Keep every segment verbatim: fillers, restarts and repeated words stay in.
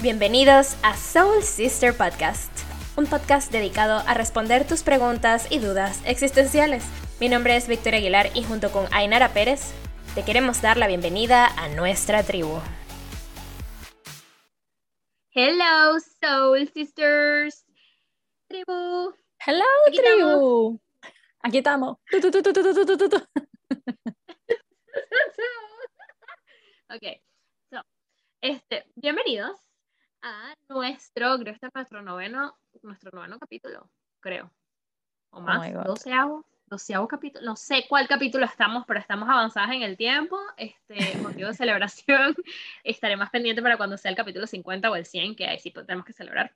Bienvenidos a Soul Sister Podcast, un podcast dedicado a responder tus preguntas y dudas existenciales. Mi nombre es Victoria Aguilar y junto con Ainara Pérez, te queremos dar la bienvenida a nuestra tribu. Hello, Soul Sisters. Tribu. Hello, Aquí tribu. Estamos. Aquí estamos. Tu, tu, tu, tu, tu, tu, tu, tu. Ok, so, este, bienvenidos a nuestro, creo que este es nuestro noveno, nuestro noveno capítulo, creo, o más, oh doceavo, doceavo capítulo, no sé cuál capítulo estamos, pero estamos avanzadas en el tiempo, este, motivo de celebración, estaré más pendiente para cuando sea el capítulo cincuenta o el cien, que ahí sí tenemos que celebrar.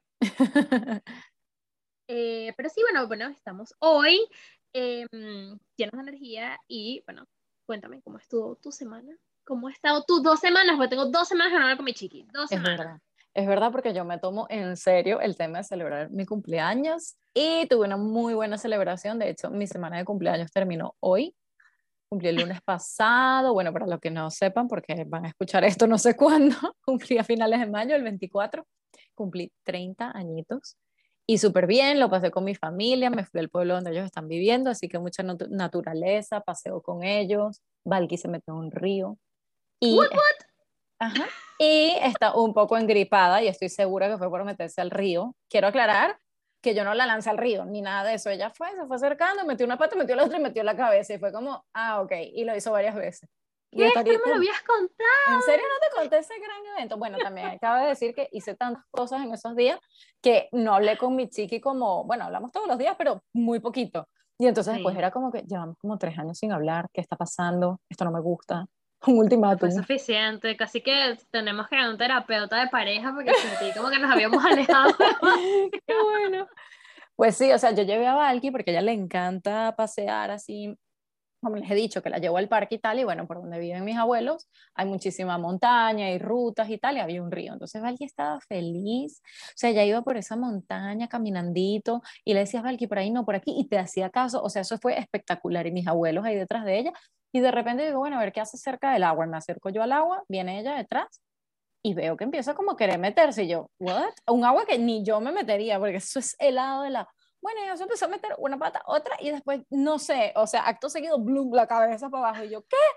Eh, pero sí, bueno, bueno, estamos hoy eh, llenos de energía y, bueno, cuéntame, ¿cómo estuvo tu semana? ¿Cómo ha estado tus dos semanas? Porque tengo dos semanas que no hablo con mi chiqui, dos Es semanas. verdad, es verdad porque yo me tomo en serio el tema de celebrar mi cumpleaños y tuve una muy buena celebración. De hecho, mi semana de cumpleaños terminó hoy. Cumplí el lunes pasado, bueno, para los que no sepan, porque van a escuchar esto no sé cuándo, cumplí a finales de mayo, el veinticuatro, cumplí treinta añitos y súper bien, lo pasé con mi familia, me fui al pueblo donde ellos están viviendo, así que mucha nat- naturaleza, paseo con ellos, Valky se metió en un río y, What, what? ajá, y está un poco engripada y estoy segura que fue por meterse al río. Quiero aclarar que yo no la lancé al río, ni nada de eso. Ella fue, se fue acercando, metió una pata, metió la otra y metió la cabeza. Y fue como, ah, ok. Y lo hizo varias veces. Y ¿Qué? hasta Esto no ahorita, me lo habías contado. ¿en serio no te conté ese gran evento? Bueno, también acabo de decir que hice tantas cosas en esos días que no hablé con mi chiqui como, bueno, hablamos todos los días, pero muy poquito. Y entonces después Sí, era como que llevamos como tres años sin hablar, ¿qué está pasando? Esto no me gusta. Un no fue ultimátum. suficiente, casi que tenemos que ir a un terapeuta de pareja porque sentí como que nos habíamos alejado Qué bueno. Pues sí, o sea, yo llevé a Valky porque a ella le encanta pasear así, como les he dicho, que la llevo al parque y tal, y bueno, por donde viven mis abuelos hay muchísima montaña y rutas y tal, y había un río. Entonces Valky estaba feliz, o sea, ella iba por esa montaña caminandito y le decías, Valky, por ahí no, por aquí, y te hacía caso, o sea, eso fue espectacular, y mis abuelos ahí detrás de ella, y de repente digo, bueno, a ver qué hace cerca del agua, y me acerco yo al agua, viene ella detrás, y veo que empieza como a querer meterse. Y yo, ¿what? Un agua que ni yo me metería, porque eso es helado de la. Bueno, y eso empezó a meter una pata, otra, y después, no sé, o sea, acto seguido, blum, la cabeza para abajo. Y yo, ¿qué?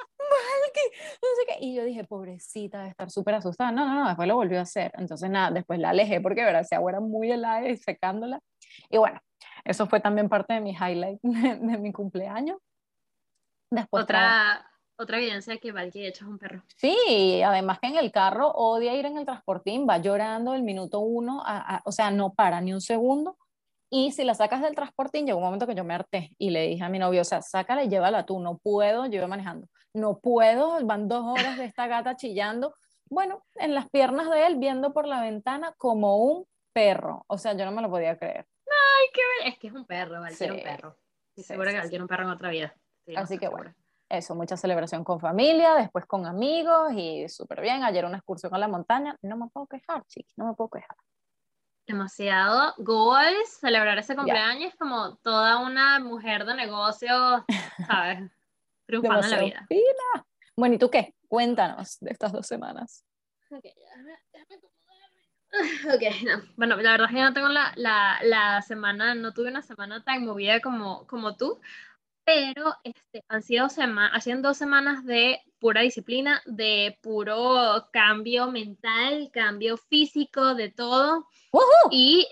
Mal, ¿qué? No sé qué. Y yo dije, pobrecita, de estar súper asustada. No, no, no, después lo volvió a hacer. Entonces, nada, después la alejé porque, verdad, ese agua era muy helada y secándola. Y bueno, eso fue también parte de mi highlight de, de mi cumpleaños. Después trabajé. Otra, otra evidencia de que Valky de hecho es un perro. Sí, además que en el carro odia ir en el transportín, va llorando el minuto uno, a- a- o sea, no para ni un segundo. Y si la sacas del transportín, llegó un momento que yo me harté y le dije a mi novio, o sea, sácala y llévala tú, no puedo, yo iba manejando, no puedo, van dos horas de esta gata chillando, bueno, en las piernas de él, viendo por la ventana como un perro, o sea, yo no me lo podía creer. Ay, qué bello. Es que es un perro, Val Sí, quiere un perro. Estoy sí, segura que sí, Val sí. quiere un perro en otra vida. Estoy Así demasiado que bueno, segura. eso, mucha celebración con familia, después con amigos y súper bien. Ayer una excursión a la montaña, no me puedo quejar, chiqui, no me puedo quejar. Demasiado goals. Celebrar ese Ya, cumpleaños como toda una mujer de negocios, ¿sabes? Triunfando en la demasiado vida. fina. Bueno, ¿y tú qué? Cuéntanos de estas dos semanas. Ok, déjame, déjame acomodarme. Ok, no. Bueno, la verdad es que yo no tengo la, la, la semana, no tuve una semana tan movida como, como tú. Pero este, han sido sema han sido dos semanas de pura disciplina, de puro cambio mental, cambio físico, de todo. ¡Woohoo! Y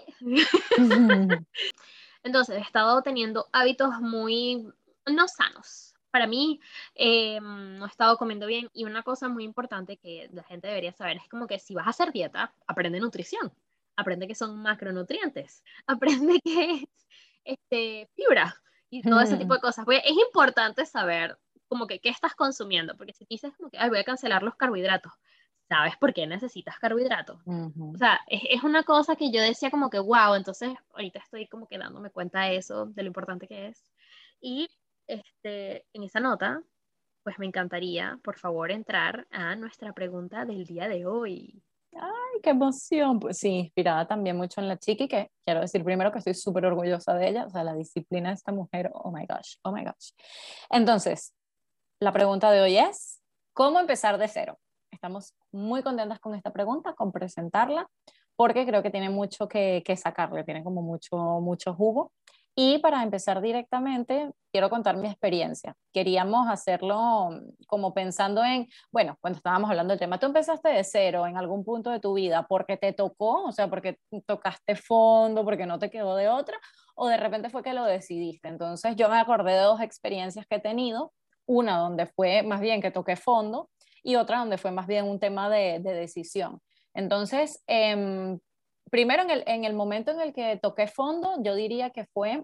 entonces he estado teniendo hábitos muy no sanos. Para mí, eh, no he estado comiendo bien. Y una cosa muy importante que la gente debería saber es como que si vas a hacer dieta, aprende nutrición. Aprende que son macronutrientes. Aprende que es este, fibra y todo ese tipo de cosas. Porque es importante saber como que qué estás consumiendo. Porque si dices como que ay, voy a cancelar los carbohidratos, ¿sabes por qué necesitas carbohidratos? O Ujú. sea, es, es una cosa que yo decía como que, wow, entonces ahorita estoy como que dándome cuenta de eso, de lo importante que es. Y este, en esa nota, pues me encantaría, por favor, entrar a nuestra pregunta del día de hoy. Ay, qué emoción. Pues sí, inspirada también mucho en la chiqui, que quiero decir primero que estoy súper orgullosa de ella, o sea, la disciplina de esta mujer, oh my gosh, oh my gosh. Entonces, la pregunta de hoy es, ¿cómo empezar de cero? estamos muy contentas con esta pregunta, con presentarla, porque creo que tiene mucho que, que sacarle, tiene como mucho, mucho jugo. Y para empezar directamente, quiero contar mi experiencia. Queríamos hacerlo como pensando en, bueno, cuando estábamos hablando del tema, tú empezaste de cero en algún punto de tu vida porque te tocó, o sea, porque tocaste fondo, porque no te quedó de otra, o de repente fue que lo decidiste. Entonces yo me acordé de dos experiencias que he tenido, una donde fue más bien que toqué fondo y otra donde fue más bien un tema de, de decisión. Entonces, eh, primero en el, en el momento en el que toqué fondo, yo diría que fue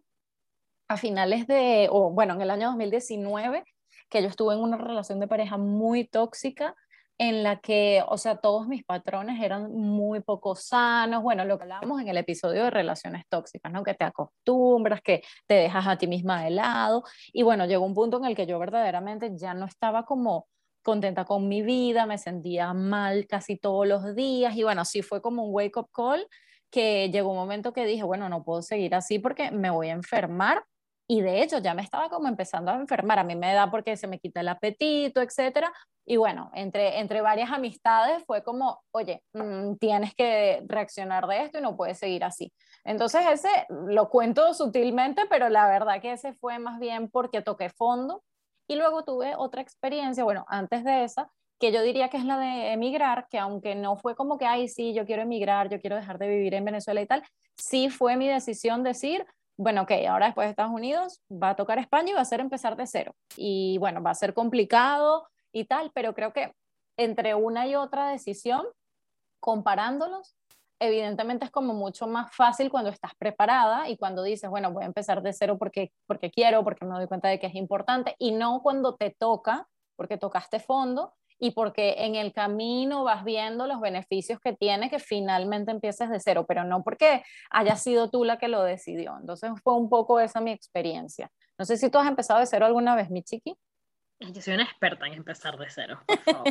a finales de, o bueno, en el año dos mil diecinueve, que yo estuve en una relación de pareja muy tóxica en la que, o sea, todos mis patrones eran muy poco sanos. Bueno, lo que hablábamos en el episodio de relaciones tóxicas, ¿no? Que te acostumbras, que te dejas a ti misma de lado. Y bueno, llegó un punto en el que yo verdaderamente ya no estaba como contenta con mi vida, me sentía mal casi todos los días. Y bueno, sí fue como un wake up call que llegó un momento que dije, bueno, no puedo seguir así porque me voy a enfermar y de hecho ya me estaba como empezando a enfermar, a mí me da porque se me quita el apetito, etcétera. Y bueno, entre, entre varias amistades fue como, oye, mmm, tienes que reaccionar de esto y no puedes seguir así. Entonces ese lo cuento sutilmente, pero la verdad que ese fue más bien porque toqué fondo. Y luego tuve otra experiencia, bueno, antes de esa, que yo diría que es la de emigrar, que aunque no fue como que, ay, sí, yo quiero emigrar, yo quiero dejar de vivir en Venezuela y tal, sí fue mi decisión decir, bueno, ok, ahora después de Estados Unidos va a tocar España y va a ser empezar de cero. Y bueno, va a ser complicado y tal, pero creo que entre una y otra decisión, comparándolos, evidentemente es como mucho más fácil cuando estás preparada y cuando dices, bueno, voy a empezar de cero porque, porque quiero, porque me doy cuenta de que es importante, y no cuando te toca, porque tocaste fondo y porque en el camino vas viendo los beneficios que tiene que finalmente empieces de cero, pero no porque haya sido tú la que lo decidió. Entonces fue un poco esa mi experiencia. No sé si tú has empezado de cero alguna vez, mi chiqui. Yo soy una experta en empezar de cero, por favor.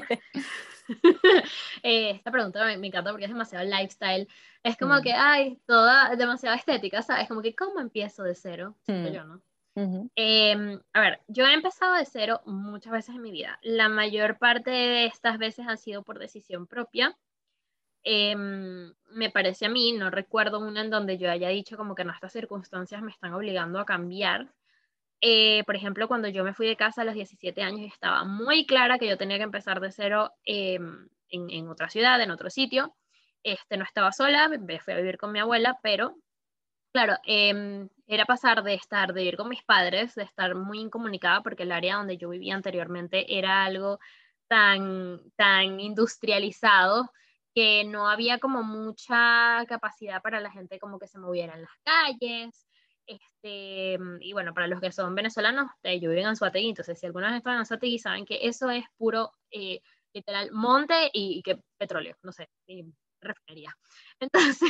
eh, esta pregunta me, me encanta porque es demasiado lifestyle. Es como Mm. que, ay, toda demasiado estética, ¿sabes? Como que, ¿cómo empiezo de cero? Siento Mm. yo, ¿no? Uh-huh. Eh, a ver, yo he empezado de cero muchas veces en mi vida. La mayor parte de estas veces han sido por decisión propia. Eh, me parece a mí, no recuerdo una en donde yo haya dicho como que no, estas circunstancias me están obligando a cambiar. Eh, por ejemplo, cuando yo me fui de casa a los diecisiete años, estaba muy clara que yo tenía que empezar de cero eh, en, en otra ciudad, en otro sitio. Este, no estaba sola, me fui a vivir con mi abuela, pero claro, eh, era pasar de estar, de vivir con mis padres, de estar muy incomunicada, porque el área donde yo vivía anteriormente era algo tan, tan industrializado que no había como mucha capacidad para la gente como que se moviera en las calles. Este, y bueno, para los que son venezolanos, eh, yo vivo en Anzoátegui, entonces si algunos están en Anzoátegui saben que eso es puro, eh, literal, monte y, y que petróleo, no sé, y refinería. Entonces,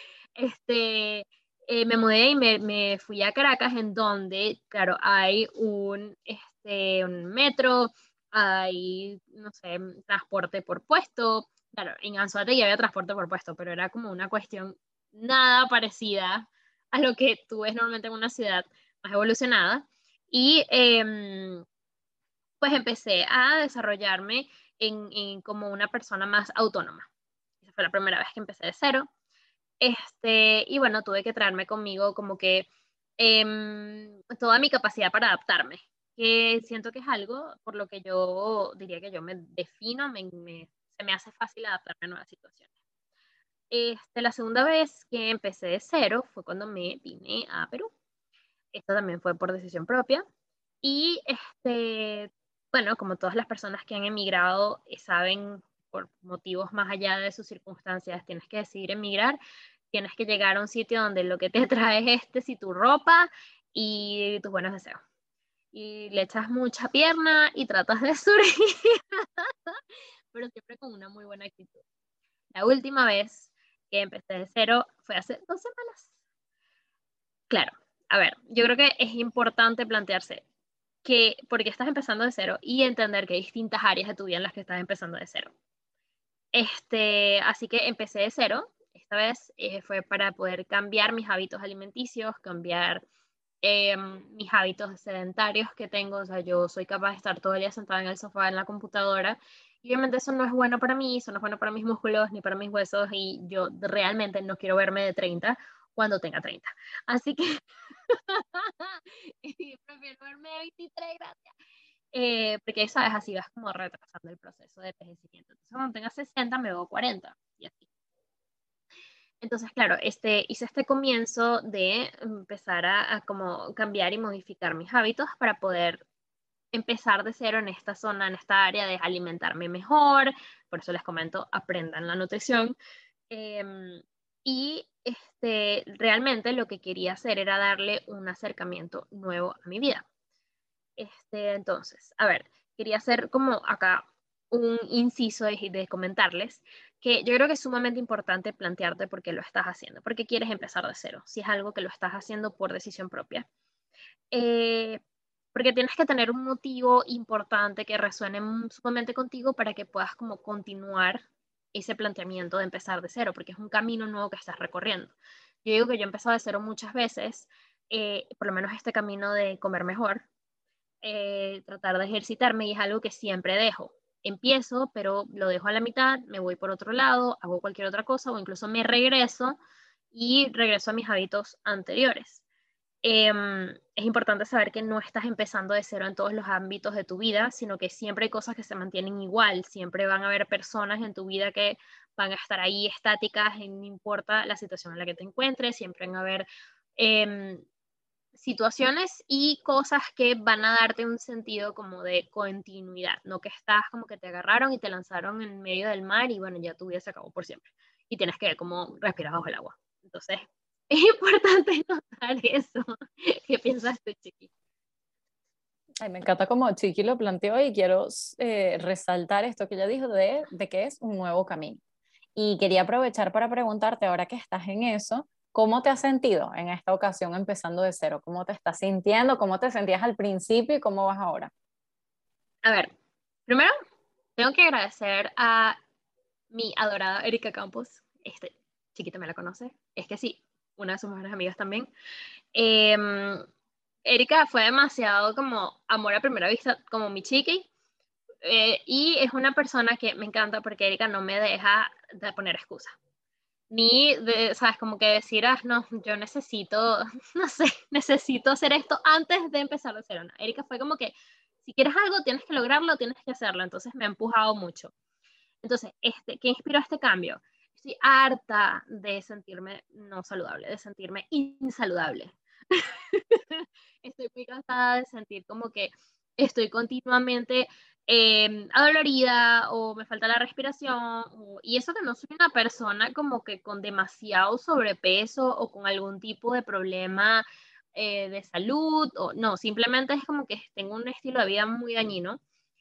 este, eh, me mudé y me, me fui a Caracas, en donde, claro, hay un, este, un metro, hay, no sé, transporte por puesto. Claro, en Anzoátegui había transporte por puesto, pero era como una cuestión nada parecida a lo que tú ves normalmente en una ciudad más evolucionada. Y eh, pues empecé a desarrollarme en, en como una persona más autónoma. Esa fue la primera vez que empecé de cero. Este, y bueno, tuve que traerme conmigo como que eh, toda mi capacidad para adaptarme, que siento que es algo por lo que yo diría que yo me defino, me, me, se me hace fácil adaptarme a nuevas situaciones. Este, la segunda vez que empecé de cero fue cuando me vine a Perú. Esto también fue por decisión propia. Y este, bueno, como todas las personas que han emigrado eh, saben, por motivos más allá de sus circunstancias, tienes que decidir emigrar, tienes que llegar a un sitio donde lo que te trae es este, si tu ropa y tus buenos deseos. Y le echas mucha pierna y tratas de surgir, pero siempre con una muy buena actitud. La última vez que empecé de cero fue hace dos semanas. Claro, a ver, yo creo que es importante plantearse que porque estás empezando de cero y entender que hay distintas áreas de tu vida en las que estás empezando de cero. Este, así que empecé de cero. Esta vez eh, fue para poder cambiar mis hábitos alimenticios, cambiar eh, mis hábitos sedentarios que tengo. O sea, yo soy capaz de estar todo el día sentada en el sofá, en la computadora, Y obviamente eso no es bueno para mí, eso no es bueno para mis músculos ni para mis huesos y yo realmente no quiero verme de treinta cuando tenga treinta. Así que prefiero verme de veintitrés, gracias. Eh, porque, ¿sabes? Así vas como retrasando el proceso de envejecimiento. Entonces, cuando tenga sesenta, me veo cuarenta y así. Entonces, claro, este, hice este comienzo de empezar a, a como cambiar y modificar mis hábitos para poder empezar de cero en esta zona, en esta área de alimentarme mejor. Por eso les comento, aprendan la nutrición. Eh, y este, realmente lo que quería hacer era darle un acercamiento nuevo a mi vida. Este, entonces, a ver, quería hacer como acá un inciso de, de comentarles que yo creo que es sumamente importante plantearte por qué lo estás haciendo, porque quieres empezar de cero, si es algo que lo estás haciendo por decisión propia. Eh, porque tienes que tener un motivo importante que resuene sumamente contigo para que puedas como continuar ese planteamiento de empezar de cero, porque es un camino nuevo que estás recorriendo. Yo digo que yo he empezado de cero muchas veces, eh, por lo menos este camino de comer mejor, eh, tratar de ejercitarme y es algo que siempre dejo. Empiezo, pero lo dejo a la mitad, me voy por otro lado, hago cualquier otra cosa o incluso me regreso y regreso a mis hábitos anteriores. Eh, es importante saber que no estás empezando de cero en todos los ámbitos de tu vida, sino que siempre hay cosas que se mantienen igual, siempre van a haber personas en tu vida que van a estar ahí estáticas, no importa la situación en la que te encuentres, siempre van a haber eh, situaciones y cosas que van a darte un sentido como de continuidad, no que estás como que te agarraron y te lanzaron en medio del mar y bueno, ya tu vida se acabó por siempre y tienes que ver cómo respiras bajo el agua. Entonces, es importante notar eso. ¿Qué piensas tú, Chiqui? Ay, me encanta como Chiqui lo planteó y quiero eh, resaltar esto que ella dijo de, de que es un nuevo camino. Y quería aprovechar para preguntarte, ahora que estás en eso, ¿cómo te has sentido en esta ocasión empezando de cero? ¿Cómo te estás sintiendo? ¿Cómo te sentías al principio y cómo vas ahora? A ver, primero tengo que agradecer a mi adorada Erika Campos. Este, Chiquita me la conoce. Es que sí, una de sus mejores amigas también. Eh, Erika fue demasiado como amor a primera vista, como mi chiqui. Eh, y es una persona que me encanta porque Erika no me deja de poner excusas. Ni, de, sabes, como que decir, ah, no, yo necesito, no sé, necesito hacer esto antes de empezar a hacer una. Erika fue como que, si quieres algo, tienes que lograrlo, tienes que hacerlo. Entonces me ha empujado mucho. Entonces, este, ¿qué inspiró este cambio? Estoy harta de sentirme no saludable, de sentirme insaludable. Estoy muy cansada de sentir como que estoy continuamente eh, adolorida o me falta la respiración. O, y eso que no soy una persona como que con demasiado sobrepeso o con algún tipo de problema eh, de salud. O, no, simplemente es como que tengo un estilo de vida muy dañino.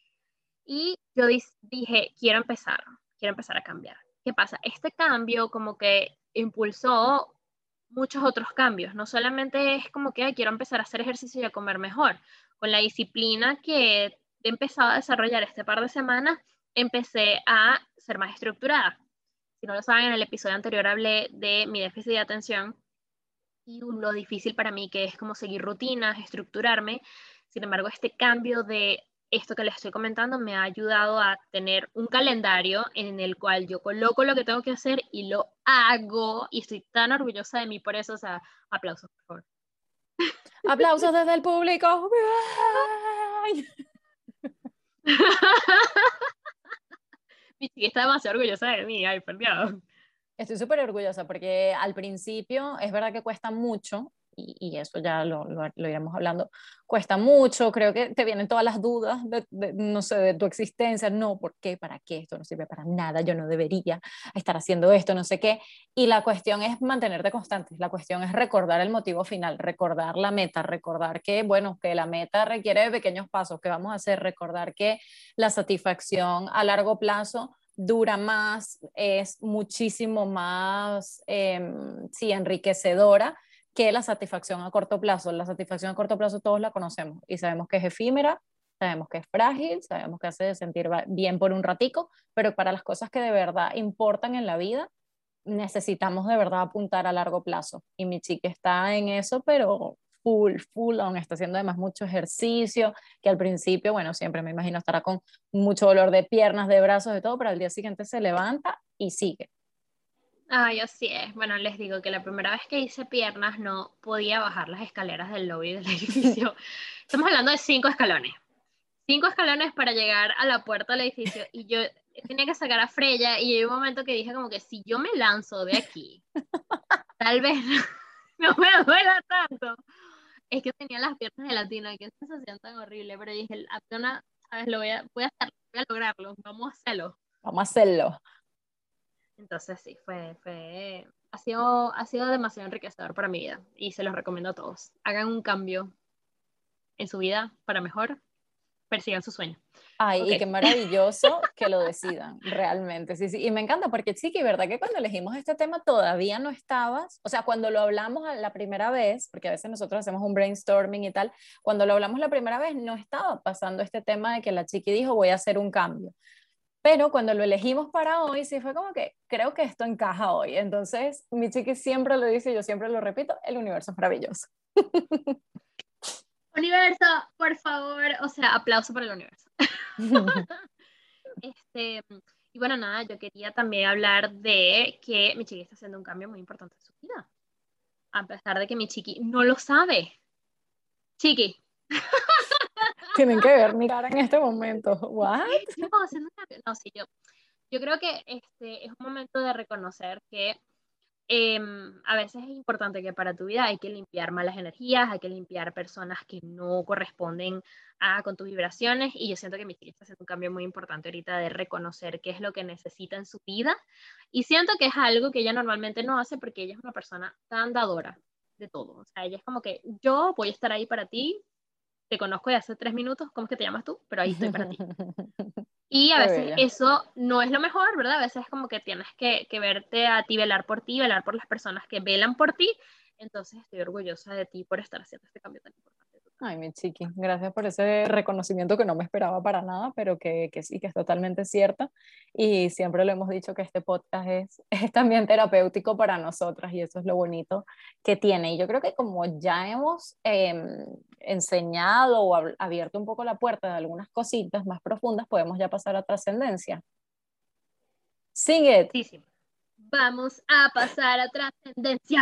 Y yo dije, quiero empezar, quiero empezar a cambiar. ¿Qué pasa? Este cambio como que impulsó muchos otros cambios. No solamente es como que ay, quiero empezar a hacer ejercicio y a comer mejor. Con la disciplina que he empezado a desarrollar este par de semanas, empecé a ser más estructurada. Si no lo saben, en el episodio anterior hablé de mi déficit de atención y lo difícil para mí que es como seguir rutinas, estructurarme. Sin embargo, este cambio de esto que les estoy comentando me ha ayudado a tener un calendario en el cual yo coloco lo que tengo que hacer y lo hago y estoy tan orgullosa de mí por eso, o sea, aplausos, por favor. Aplausos desde el público. Mi chica está demasiado orgullosa de mí, ay, por Dios. Estoy súper orgullosa porque al principio es verdad que cuesta mucho, y, y eso ya lo, lo, lo, iremos hablando, cuesta mucho, creo que te vienen todas las dudas de, de, no sé, de tu existencia, no, ¿por qué? ¿Para qué? Esto no sirve para nada, yo no debería estar haciendo esto, no sé qué, y la cuestión es mantenerte constante, la cuestión es recordar el motivo final, recordar la meta, recordar que, bueno, que la meta requiere de pequeños pasos, que vamos a hacer, recordar que la satisfacción a largo plazo dura más, es muchísimo más, eh, sí, enriquecedora que la satisfacción a corto plazo. La satisfacción a corto plazo todos la conocemos y sabemos que es efímera, sabemos que es frágil, sabemos que hace sentir bien por un ratico, pero para las cosas que de verdad importan en la vida, necesitamos de verdad apuntar a largo plazo. Y mi chica está en eso, pero full, full on, está haciendo además mucho ejercicio, que al principio, bueno, siempre me imagino estará con mucho dolor de piernas, de brazos, de todo, pero al día siguiente se levanta y sigue. Ay, así es. Bueno, les digo que la primera vez que hice piernas no podía bajar las escaleras del lobby del edificio. Estamos hablando de cinco escalones. Cinco escalones para llegar a la puerta del edificio y yo tenía que sacar a Freya y llegó un momento que dije como que si yo me lanzo de aquí, tal vez no me duela tanto. Es que tenía las piernas de latino y qué sensación tan horrible, pero dije, Aptona, sabes, lo voy a, voy a hacerlo, voy a lograrlo, vamos a hacerlo. Vamos a hacerlo. Entonces sí, fue, fue, ha sido, ha sido demasiado enriquecedor para mi vida y se los recomiendo a todos. Hagan un cambio en su vida para mejor, persigan su sueño. Ay, Okay. y qué maravilloso que lo decidan, realmente, sí, sí, y me encanta porque sí, que verdad que cuando elegimos este tema todavía no estabas, o sea, cuando lo hablamos la primera vez, porque a veces nosotros hacemos un brainstorming y tal, cuando lo hablamos la primera vez no estaba pasando este tema de que la chiqui dijo voy a hacer un cambio, pero cuando lo elegimos para hoy, sí fue como que creo que esto encaja hoy, entonces mi chiqui siempre lo dice, yo siempre lo repito, el universo es maravilloso. Universo, por favor, o sea, aplauso para el universo. este, y bueno, nada, yo quería también hablar de que mi chiqui está haciendo un cambio muy importante en su vida. A pesar de que mi chiqui no lo sabe. Chiqui. Tienen que ver mi cara en este momento. ¿What? No, haciendo un cambio. No, sí, yo, yo creo que este es un momento de reconocer que Eh, a veces es importante que para tu vida hay que limpiar malas energías, hay que limpiar personas que no corresponden a, con tus vibraciones y yo siento que mi chica está haciendo un cambio muy importante ahorita de reconocer qué es lo que necesita en su vida y siento que es algo que ella normalmente no hace porque ella es una persona tan dadora de todo, o sea, ella es como que yo voy a estar ahí para ti, te conozco de hace tres minutos, ¿cómo es que te llamas tú? Pero ahí estoy para ti. Y a veces eso no es lo mejor, ¿verdad? A veces es como que tienes que, que verte a ti, velar por ti, velar por las personas que velan por ti. Entonces estoy orgullosa de ti por estar haciendo este cambio tan importante. Ay, mi chiqui, gracias por ese reconocimiento que no me esperaba para nada, pero que, que sí, que es totalmente cierto. Y siempre lo hemos dicho que este podcast es, es también terapéutico para nosotras y eso es lo bonito que tiene. Y yo creo que como ya hemos eh, enseñado o abierto un poco la puerta de algunas cositas más profundas, podemos ya pasar a trascendencia. Sing it. Sí, sí. Vamos a pasar a trascendencia.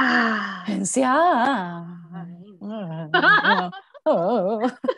Oh.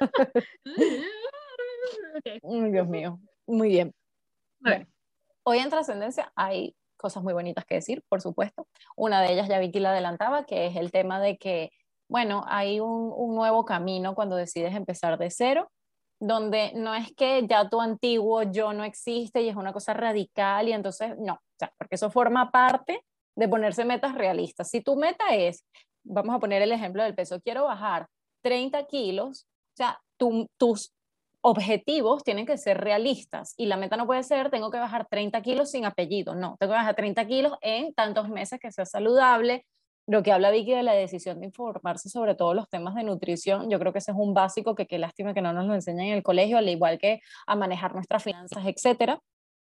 Okay. Dios mío, muy bien. Bueno, hoy en Trascendencia hay cosas muy bonitas que decir, por supuesto. Una de ellas ya Vicky la adelantaba, que es el tema de que, bueno, hay un, un nuevo camino cuando decides empezar de cero, donde no es que ya tu antiguo yo no existe y es una cosa radical y entonces no, o sea, porque eso forma parte de ponerse metas realistas. Si tu meta es, vamos a poner el ejemplo del peso, quiero bajar treinta kilos, o sea, tu, tus objetivos tienen que ser realistas y la meta no puede ser, tengo que bajar treinta kilos sin apellido, no, tengo que bajar treinta kilos en tantos meses que sea saludable. Lo que habla Vicky de la decisión de informarse sobre todos los temas de nutrición, yo creo que ese es un básico que qué lástima que no nos lo enseñan en el colegio, al igual que a manejar nuestras finanzas, etcétera.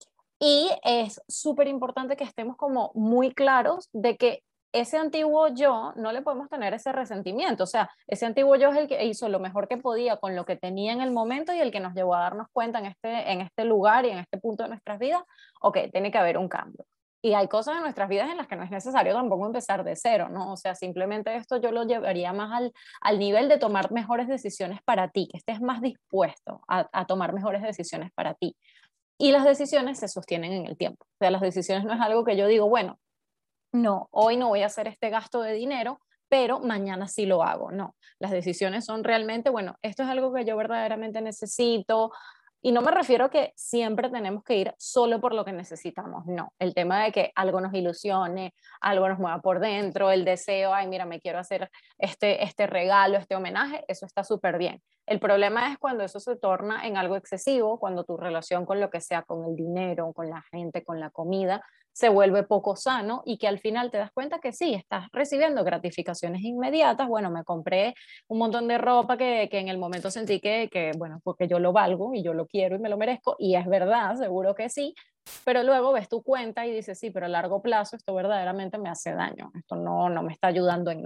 Y es súper importante que estemos como muy claros de que ese antiguo yo no le podemos tener ese resentimiento, o sea, ese antiguo yo es el que hizo lo mejor que podía con lo que tenía en el momento y el que nos llevó a darnos cuenta en este, en este lugar y en este punto de nuestras vidas, ok, tiene que haber un cambio. Y hay cosas en nuestras vidas en las que no es necesario tampoco empezar de cero, ¿no? O sea, simplemente esto yo lo llevaría más al, al nivel de tomar mejores decisiones para ti, que estés más dispuesto a, a tomar mejores decisiones para ti. Y las decisiones se sostienen en el tiempo. O sea, las decisiones no es algo que yo digo, bueno, no, hoy no voy a hacer este gasto de dinero, pero mañana sí lo hago. No, las decisiones son realmente, bueno, esto es algo que yo verdaderamente necesito. Y no me refiero a que siempre tenemos que ir solo por lo que necesitamos, no. El tema de que algo nos ilusione, algo nos mueva por dentro, el deseo, ay, mira, me quiero hacer este, este regalo, este homenaje, eso está súper bien. El problema es cuando eso se torna en algo excesivo, cuando tu relación con lo que sea, con el dinero, con la gente, con la comida, se vuelve poco sano y que al final te das cuenta que sí, estás recibiendo gratificaciones inmediatas. Bueno, me compré un montón de ropa que, que en el momento sentí que, que, bueno, porque yo lo valgo y yo lo quiero y me lo merezco, y es verdad, seguro que sí, pero luego ves tu cuenta y dices, sí, pero a largo plazo esto verdaderamente me hace daño, esto no, no me está ayudando en nada.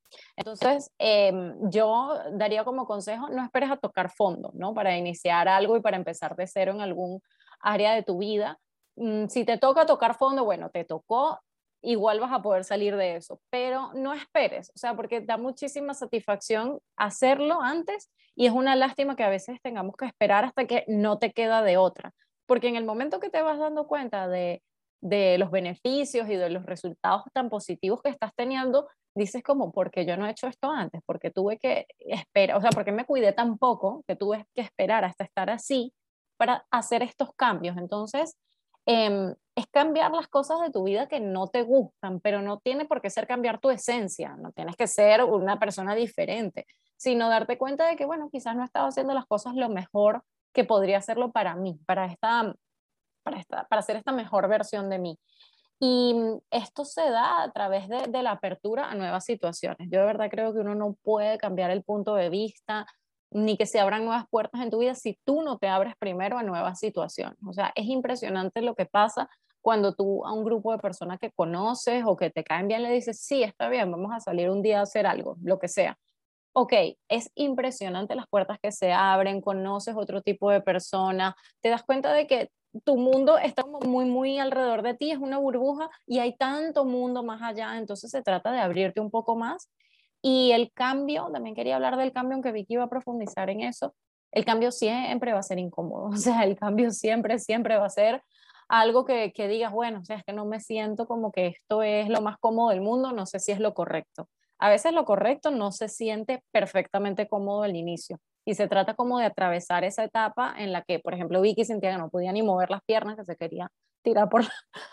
Entonces, eh, yo daría como consejo, no esperes a tocar fondo, ¿no? Para iniciar algo y para empezar de cero en algún área de tu vida. Mm, si te toca tocar fondo, bueno, te tocó, igual vas a poder salir de eso, pero no esperes, o sea, porque da muchísima satisfacción hacerlo antes y es una lástima que a veces tengamos que esperar hasta que no te queda de otra, porque en el momento que te vas dando cuenta de, de los beneficios y de los resultados tan positivos que estás teniendo, dices como, ¿por qué yo no he hecho esto antes? Porque tuve que esperar, o sea, ¿por qué me cuidé tan poco que tuve que esperar hasta estar así para hacer estos cambios? Entonces, eh, es cambiar las cosas de tu vida que no te gustan, pero no tiene por qué ser cambiar tu esencia, no tienes que ser una persona diferente, sino darte cuenta de que, bueno, quizás no he estado haciendo las cosas lo mejor que podría hacerlo para mí, para, esta, para, esta, para hacer esta mejor versión de mí. Y esto se da a través de, de la apertura a nuevas situaciones. Yo de verdad creo que uno no puede cambiar el punto de vista ni que se abran nuevas puertas en tu vida si tú no te abres primero a nuevas situaciones. O sea, es impresionante lo que pasa cuando tú a un grupo de personas que conoces o que te caen bien le dices, sí, está bien, vamos a salir un día a hacer algo, lo que sea. Ok, es impresionante las puertas que se abren, conoces otro tipo de persona, te das cuenta de que tu mundo está como muy, muy alrededor de ti, es una burbuja y hay tanto mundo más allá, entonces se trata de abrirte un poco más. Y el cambio, también quería hablar del cambio, aunque Vicky iba a profundizar en eso, el cambio siempre va a ser incómodo, o sea, el cambio siempre, siempre va a ser algo que, que digas, bueno, o sea, es que no me siento como que esto es lo más cómodo del mundo, no sé si es lo correcto. A veces lo correcto no se siente perfectamente cómodo al inicio y se trata como de atravesar esa etapa en la que, por ejemplo, Vicky sentía que no podía ni mover las piernas, que se quería tirar por,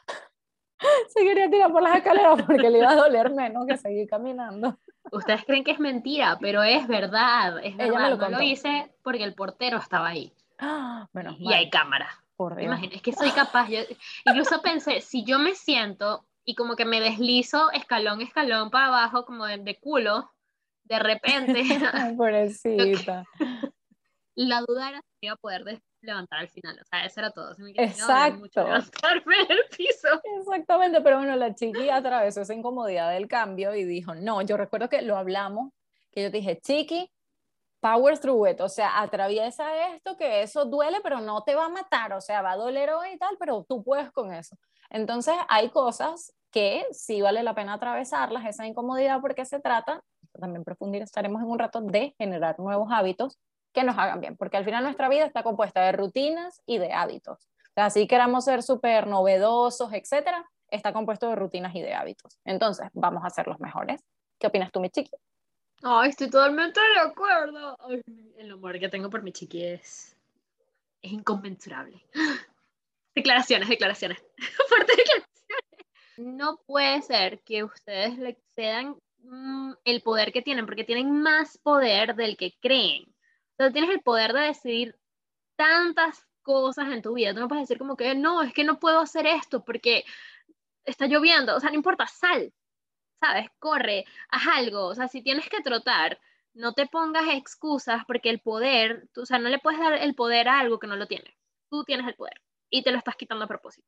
se quería tirar por las escaleras porque le iba a doler menos que seguir caminando. Ustedes creen que es mentira, pero es verdad, es Ella me verdad. lo No lo contó. hice porque el portero estaba ahí. ¡Ah! Menos Y hay mal, cámara. por Dios. Imagínate, es que soy capaz. Yo incluso pensé, si yo me siento y como que me deslizo escalón, escalón para abajo, como de, de culo, de repente, Ay, lo que- pobrecita. la duda era si me iba a poder des- levantar al final. O sea, eso era todo. Se me me iba a doler mucho Exacto. levantarme del piso. Exactamente, pero bueno, la chiqui atravesó esa incomodidad del cambio y dijo, no, yo recuerdo que lo hablamos, que yo te dije, chiqui, power through it, o sea, atraviesa esto, que eso duele, pero no te va a matar, o sea, va a doler hoy y tal, pero tú puedes con eso. Entonces, hay cosas que sí vale la pena atravesarlas, esa incomodidad, porque se trata, también profundizaremos en un rato, de generar nuevos hábitos que nos hagan bien, porque al final nuestra vida está compuesta de rutinas y de hábitos. O sea, si queramos ser súper novedosos, etcétera, está compuesto de rutinas y de hábitos. Entonces, vamos a ser los mejores. ¿Qué opinas tú, mi chiqui? Ay, estoy totalmente de acuerdo. Ay, el amor que tengo por mi chiqui es, es inconmensurable. Declaraciones, declaraciones. Fuertes declaraciones. No puede ser que ustedes le excedan mm, el poder que tienen, porque tienen más poder del que creen. O sea, tienes el poder de decidir tantas cosas en tu vida. Tú no puedes decir como que, no, es que no puedo hacer esto porque está lloviendo. O sea, no importa, sal, ¿sabes? Corre, haz algo. O sea, si tienes que trotar, no te pongas excusas porque el poder, tú, o sea, no le puedes dar el poder a algo que no lo tiene. Tú tienes el poder y te lo estás quitando a propósito.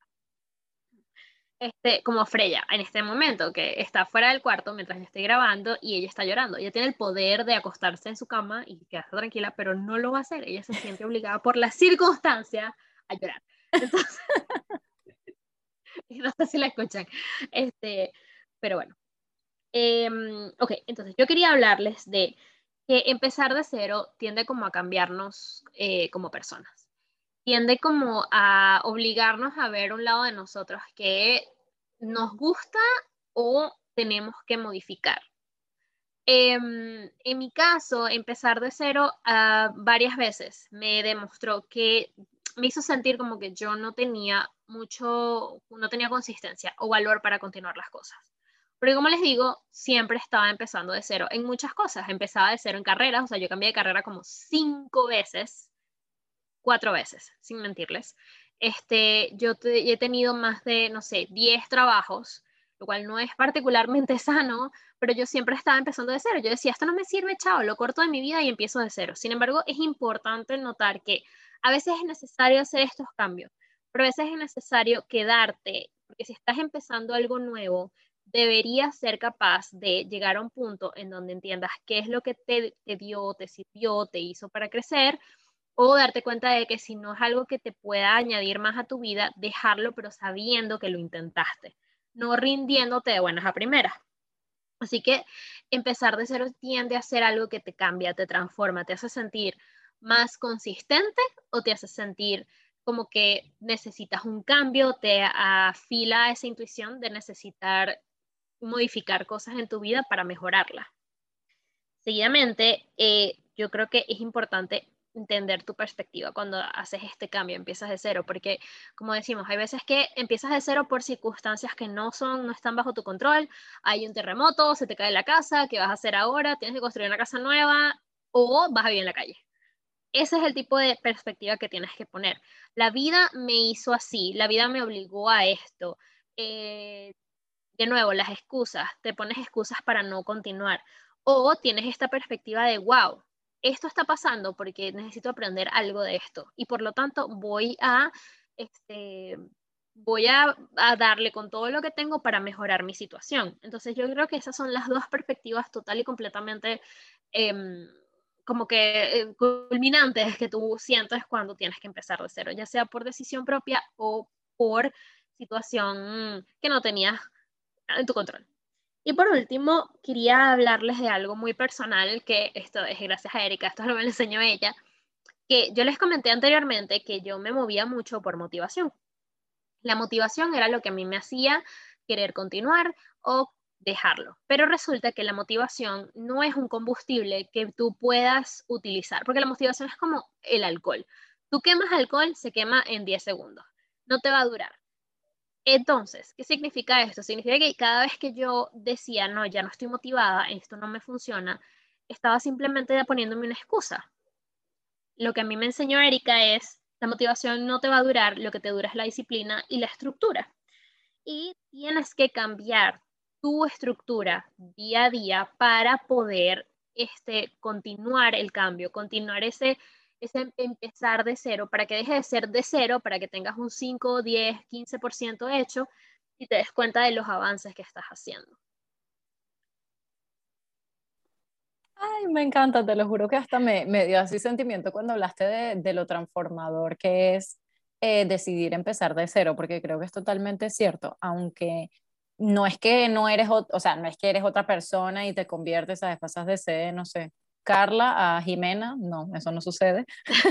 Este, como Freya en este momento, que está fuera del cuarto mientras yo estoy grabando y ella está llorando. Ella tiene el poder de acostarse en su cama y quedarse tranquila, pero no lo va a hacer. Ella se siente obligada por la circunstancia a llorar. Entonces, no sé si la escuchan. Este, pero bueno. Eh, ok, entonces yo quería hablarles de que empezar de cero tiende como a cambiarnos eh, como personas. Tiende como a obligarnos a ver un lado de nosotros que nos gusta o tenemos que modificar. Eh, en mi caso, empezar de cero uh, varias veces me demostró que me hizo sentir como que yo no tenía mucho, no tenía consistencia o valor para continuar las cosas. Porque como les digo, siempre estaba empezando de cero en muchas cosas. Empezaba de cero en carreras, o sea, yo cambié de carrera como cinco veces, cuatro veces, sin mentirles. Este, yo te, he tenido más de, no sé, diez trabajos, lo cual no es particularmente sano, pero yo siempre estaba empezando de cero. Yo decía, esto no me sirve, chao, lo corto de mi vida y empiezo de cero. Sin embargo, es importante notar que a veces es necesario hacer estos cambios, pero a veces es necesario quedarte, porque si estás empezando algo nuevo, deberías ser capaz de llegar a un punto en donde entiendas qué es lo que te, te dio, te sirvió, te hizo para crecer, o darte cuenta de que si no es algo que te pueda añadir más a tu vida, dejarlo, pero sabiendo que lo intentaste, no rindiéndote de buenas a primeras. Así que empezar de cero tiende a ser algo que te cambia, te transforma, te hace sentir más consistente o te hace sentir como que necesitas un cambio, te afila esa intuición de necesitar modificar cosas en tu vida para mejorarla. Seguidamente, eh, yo creo que es importante entender tu perspectiva cuando haces este cambio, empiezas de cero, porque como decimos, hay veces que empiezas de cero por circunstancias que no son, no están bajo tu control, hay un terremoto, se te cae la casa, ¿qué vas a hacer ahora? Tienes que construir una casa nueva o vas a vivir en la calle. Ese es el tipo de perspectiva que tienes que poner. La vida me hizo así, la vida me obligó a esto. Eh, de nuevo, las excusas, te pones excusas para no continuar. O tienes esta perspectiva de, wow, esto está pasando porque necesito aprender algo de esto. Y por lo tanto voy a, este, voy a, a darle con todo lo que tengo para mejorar mi situación. Entonces yo creo que esas son las dos perspectivas total y completamente eh, como que eh, culminantes que tú sientes cuando tienes que empezar de cero, ya sea por decisión propia o por situación que no tenías en tu control. Y por último, quería hablarles de algo muy personal, que esto es gracias a Erika, esto lo me lo enseñó ella, que yo les comenté anteriormente que yo me movía mucho por motivación. La motivación era lo que a mí me hacía querer continuar o dejarlo. Pero resulta que la motivación no es un combustible que tú puedas utilizar, porque la motivación es como el alcohol. Tú quemas alcohol, se quema en diez segundos. No te va a durar. Entonces, ¿qué significa esto? Significa que cada vez que yo decía, no, ya no estoy motivada, esto no me funciona, estaba simplemente poniéndome una excusa. Lo que a mí me enseñó Erika es, la motivación no te va a durar, lo que te dura es la disciplina y la estructura. Y tienes que cambiar tu estructura día a día para poder este, continuar el cambio, continuar ese, ese empezar de cero, para que deje de ser de cero, para que tengas un cinco, diez, quince por ciento hecho y te des cuenta de los avances que estás haciendo. Ay, me encanta, te lo juro que hasta me, me dio así sentimiento cuando hablaste de, de lo transformador que es eh, decidir empezar de cero, porque creo que es totalmente cierto, aunque no es que no eres, ot- o sea, no es que eres otra persona y te conviertes, ¿sabes? Pasas de ser, no sé, Carla a Jimena, no, eso no sucede.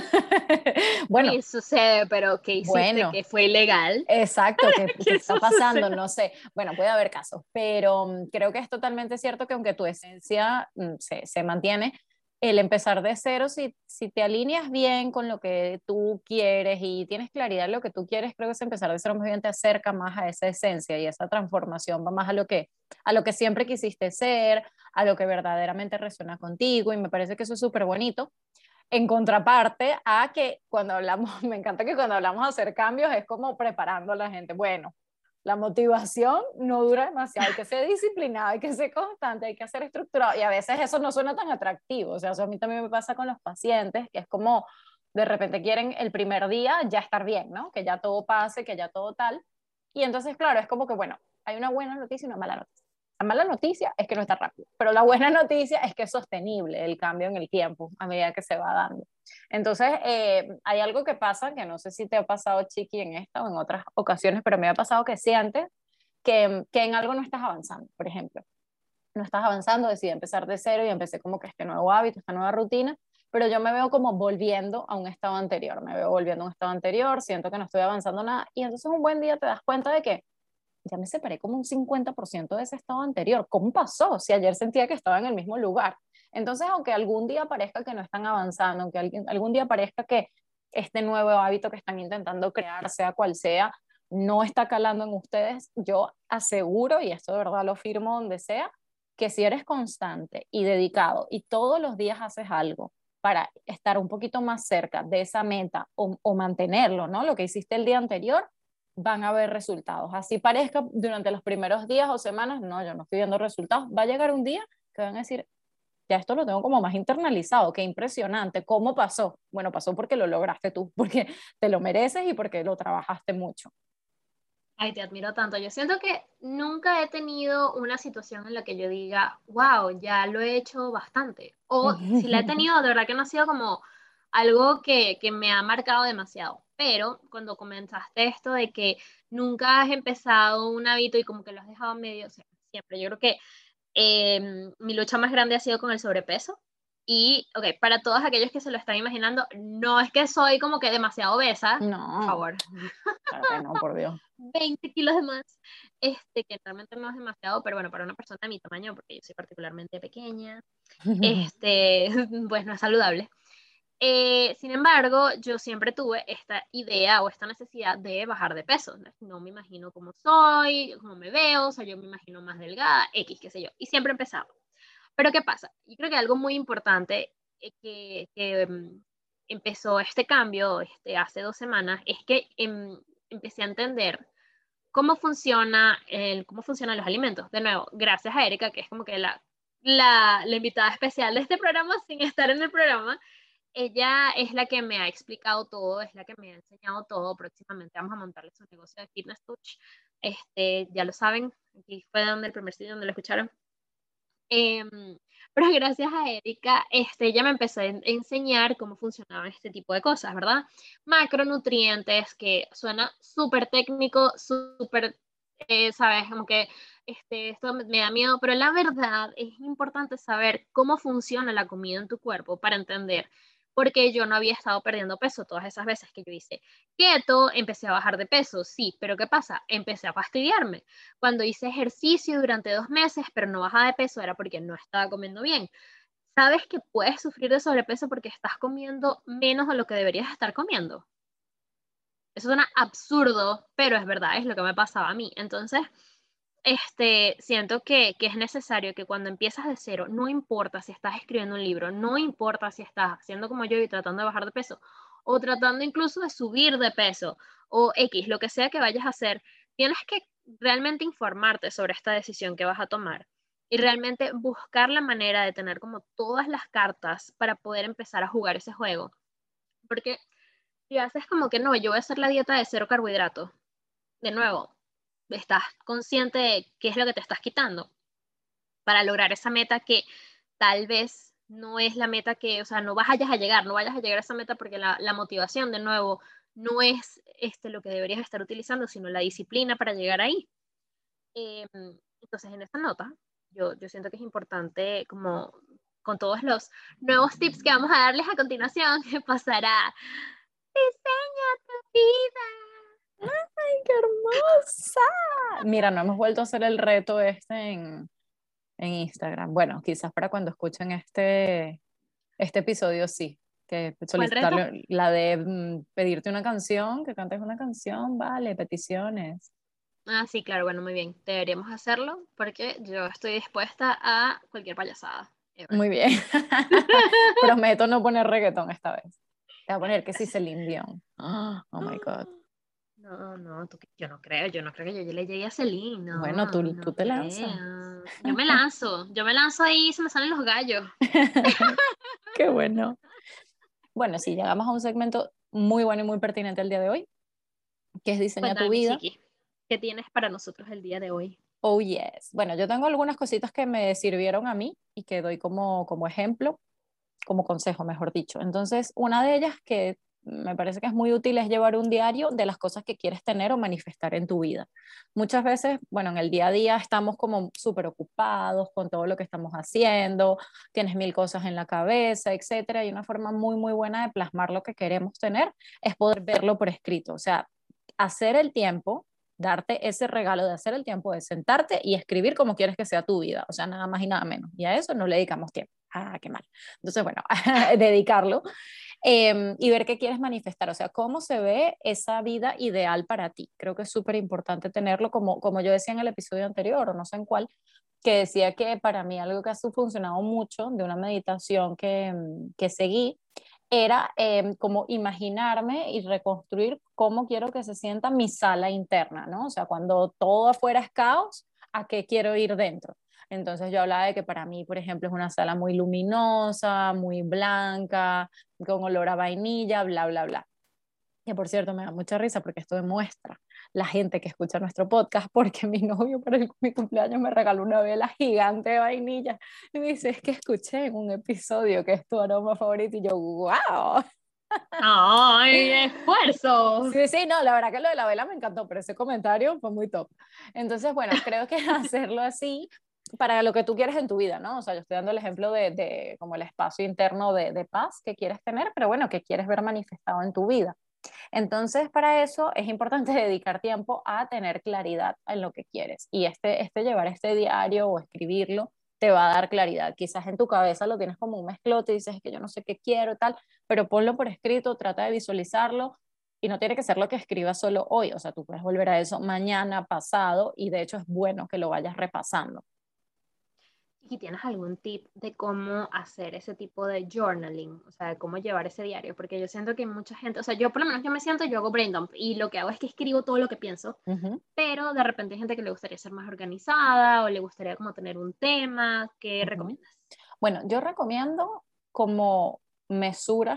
Bueno, Sí, sucede, pero ¿qué hiciste? bueno. Que fue ilegal. Exacto, ¿qué, Que qué eso está pasando? suceda. No sé. Bueno, puede haber casos, pero mm, creo que es totalmente cierto que aunque tu esencia mm, se, se mantiene, el empezar de cero, si, si te alineas bien con lo que tú quieres y tienes claridad en lo que tú quieres, creo que ese empezar de cero más bien te acerca más a esa esencia y esa transformación va más a lo que, a lo que siempre quisiste ser, a lo que verdaderamente resuena contigo y me parece que eso es súper bonito. En contraparte a que cuando hablamos, me encanta que cuando hablamos de hacer cambios es como preparando a la gente. Bueno, la motivación no dura demasiado, hay que ser disciplinado, hay que ser constante, hay que ser estructurado y a veces eso no suena tan atractivo. O sea, eso a mí también me pasa con los pacientes, que es como de repente quieren el primer día ya estar bien, ¿no? Que ya todo pase, que ya todo tal. Y entonces, claro, es como que, bueno, hay una buena noticia y una mala noticia. La mala noticia es que no está rápido, pero la buena noticia es que es sostenible el cambio en el tiempo a medida que se va dando. Entonces, eh, hay algo que pasa, que no sé si te ha pasado, Chiqui, en esta o en otras ocasiones, pero me ha pasado que sientes que, que en algo no estás avanzando, por ejemplo. No estás avanzando, decidí empezar de cero y empecé como que este nuevo hábito, esta nueva rutina, pero yo me veo como volviendo a un estado anterior, me veo volviendo a un estado anterior, siento que no estoy avanzando nada y entonces un buen día te das cuenta de que ya me separé como un cincuenta por ciento de ese estado anterior. ¿Cómo pasó? Si ayer sentía que estaba en el mismo lugar. Entonces, aunque algún día parezca que no están avanzando, aunque alguien, algún día parezca que este nuevo hábito que están intentando crear, sea cual sea, no está calando en ustedes, yo aseguro, y esto de verdad lo firmo donde sea, que si eres constante y dedicado y todos los días haces algo para estar un poquito más cerca de esa meta o, o mantenerlo, ¿no? Lo que hiciste el día anterior, van a ver resultados. Así parezca durante los primeros días o semanas, no, yo no estoy viendo resultados. Va a llegar un día que van a decir, ya esto lo tengo como más internalizado, qué impresionante, ¿cómo pasó? Bueno, pasó porque lo lograste tú, porque te lo mereces y porque lo trabajaste mucho. Ay, te admiro tanto. Yo siento que nunca he tenido una situación en la que yo diga, wow, ya lo he hecho bastante. O si la he tenido, de verdad que no ha sido como algo que, que me ha marcado demasiado. Pero cuando comenzaste esto de que nunca has empezado un hábito y como que lo has dejado a medio, o sea, siempre. Yo creo que eh, mi lucha más grande ha sido con el sobrepeso. Y, ok, para todos aquellos que se lo están imaginando, no es que soy como que demasiado obesa, por No, favor, claro que no, por Dios. veinte kilos de más, este, que realmente no es demasiado, pero bueno, para una persona de mi tamaño, porque yo soy particularmente pequeña, este, pues no es saludable. Eh, sin embargo, yo siempre tuve esta idea o esta necesidad de bajar de peso. No, no me imagino cómo soy, cómo me veo, o sea, yo me imagino más delgada, X, qué sé yo. Y siempre empezaba. Pero ¿qué pasa? Yo creo que algo muy importante eh, que, que um, empezó este cambio este, hace dos semanas es que em, empecé a entender cómo funciona el, cómo funcionan los alimentos. De nuevo, gracias a Erika, que es como que la, la, la invitada especial de este programa sin estar en el programa. Ella es la que me ha explicado todo, es la que me ha enseñado todo. Próximamente vamos a montarle su negocio de Fitness Touch. Este, ya lo saben, aquí fue donde el primer sitio donde lo escucharon. Eh, pero gracias a Erika, este, ella me empezó a enseñar cómo funcionaban este tipo de cosas, ¿verdad? Macronutrientes, que suena súper técnico, súper, eh, ¿sabes? Como que este, esto me, me da miedo, pero la verdad es importante saber cómo funciona la comida en tu cuerpo para entender porque yo no había estado perdiendo peso todas esas veces que yo hice keto, empecé a bajar de peso, sí, pero ¿qué pasa? Empecé a fastidiarme. Cuando hice ejercicio durante dos meses, pero no bajaba de peso, era porque no estaba comiendo bien. ¿Sabes que puedes sufrir de sobrepeso porque estás comiendo menos de lo que deberías estar comiendo? Eso suena absurdo, pero es verdad, es lo que me pasaba a mí. Entonces, este, siento que, que es necesario que cuando empiezas de cero, no importa si estás escribiendo un libro, no importa si estás haciendo como yo y tratando de bajar de peso, o tratando incluso de subir de peso, o X, lo que sea que vayas a hacer, tienes que realmente informarte sobre esta decisión que vas a tomar y realmente buscar la manera de tener como todas las cartas para poder empezar a jugar ese juego. Porque si haces como que no, yo voy a hacer la dieta de cero carbohidratos, de nuevo, estás consciente de qué es lo que te estás quitando para lograr esa meta que tal vez no es la meta que, o sea, no vayas a llegar, no vayas a llegar a esa meta porque la, la motivación, de nuevo, no es este, lo que deberías estar utilizando, sino la disciplina para llegar ahí. Eh, entonces, en esta nota, yo, yo siento que es importante, como con todos los nuevos tips que vamos a darles a continuación, que pasará. Diseña tu vida. ¡Ay, qué hermosa! Mira, no hemos vuelto a hacer el reto este en, en Instagram. Bueno, quizás para cuando escuchen este, este episodio sí, que ¿Cuál reto? solicitarle la de mm, pedirte una canción, que cantes una canción, vale, peticiones. Ah, sí, claro, bueno, muy bien. Deberíamos hacerlo porque yo estoy dispuesta a cualquier payasada. Ever. Muy bien. Prometo no poner reggaetón esta vez. Te voy a poner que sí, Celine Dion. Ah, oh my God. No, no, tú, yo no creo, yo no creo que yo, yo le llegue a Celine, Bueno, no, tú, no tú te lanzas. creo. Yo me lanzo, yo me lanzo ahí y se me salen los gallos. Qué bueno. Bueno, sí, llegamos a un segmento muy bueno y muy pertinente el día de hoy, que es Diseña tu Cuéntame, mi vida. chiqui, ¿qué tienes para nosotros el día de hoy? Oh, yes. Bueno, yo tengo algunas cositas que me sirvieron a mí y que doy como, como ejemplo, como consejo, mejor dicho. Entonces, una de ellas que me parece que es muy útil es llevar un diario de las cosas que quieres tener o manifestar en tu vida. Muchas veces, bueno, en el día a día estamos como súper ocupados con todo lo que estamos haciendo, tienes mil cosas en la cabeza, etcétera, y una forma muy, muy buena de plasmar lo que queremos tener es poder verlo por escrito, o sea, hacer el tiempo, darte ese regalo de hacer el tiempo de sentarte y escribir como quieres que sea tu vida, o sea, nada más y nada menos. Y a eso no le dedicamos tiempo. Ah, qué mal. Entonces, bueno, dedicarlo eh, y ver qué quieres manifestar, o sea, cómo se ve esa vida ideal para ti. Creo que es súper importante tenerlo, como, como yo decía en el episodio anterior, o no sé en cuál, que decía que para mí algo que ha funcionado mucho de una meditación que, que seguí era eh, como imaginarme y reconstruir cómo quiero que se sienta mi sala interna, ¿no? O sea, cuando todo afuera es caos, ¿a qué quiero ir dentro? Entonces yo hablaba de que para mí, por ejemplo, es una sala muy luminosa, muy blanca, con olor a vainilla, bla, bla, bla. Que por cierto me da mucha risa porque esto demuestra la gente que escucha nuestro podcast, porque mi novio para el, mi cumpleaños me regaló una vela gigante de vainilla y me dice, es que escuché en un episodio que es tu aroma favorito y yo, wow. ¡Ay, esfuerzo! Sí, sí, no, la verdad que lo de la vela me encantó, pero ese comentario fue muy top. Entonces, bueno, creo que hacerlo así para lo que tú quieres en tu vida, ¿no? O sea, yo estoy dando el ejemplo de, de como el espacio interno de, de paz que quieres tener, pero bueno, que quieres ver manifestado en tu vida. Entonces, para eso es importante dedicar tiempo a tener claridad en lo que quieres. Y este, este llevar este diario o escribirlo te va a dar claridad. Quizás en tu cabeza lo tienes como un mezclote y dices que yo no sé qué quiero y tal, pero ponlo por escrito, trata de visualizarlo y no tiene que ser lo que escribas solo hoy. O sea, tú puedes volver a eso mañana, pasado, y de hecho es bueno que lo vayas repasando. ¿Y tienes algún tip de cómo hacer ese tipo de journaling? O sea, de cómo llevar ese diario, porque yo siento que mucha gente, o sea, yo por lo menos yo me siento, yo hago brain dump y lo que hago es que escribo todo lo que pienso, Uh-huh. pero de repente hay gente que le gustaría ser más organizada o le gustaría como tener un tema. ¿Qué Uh-huh. recomiendas? Bueno, yo recomiendo como mesura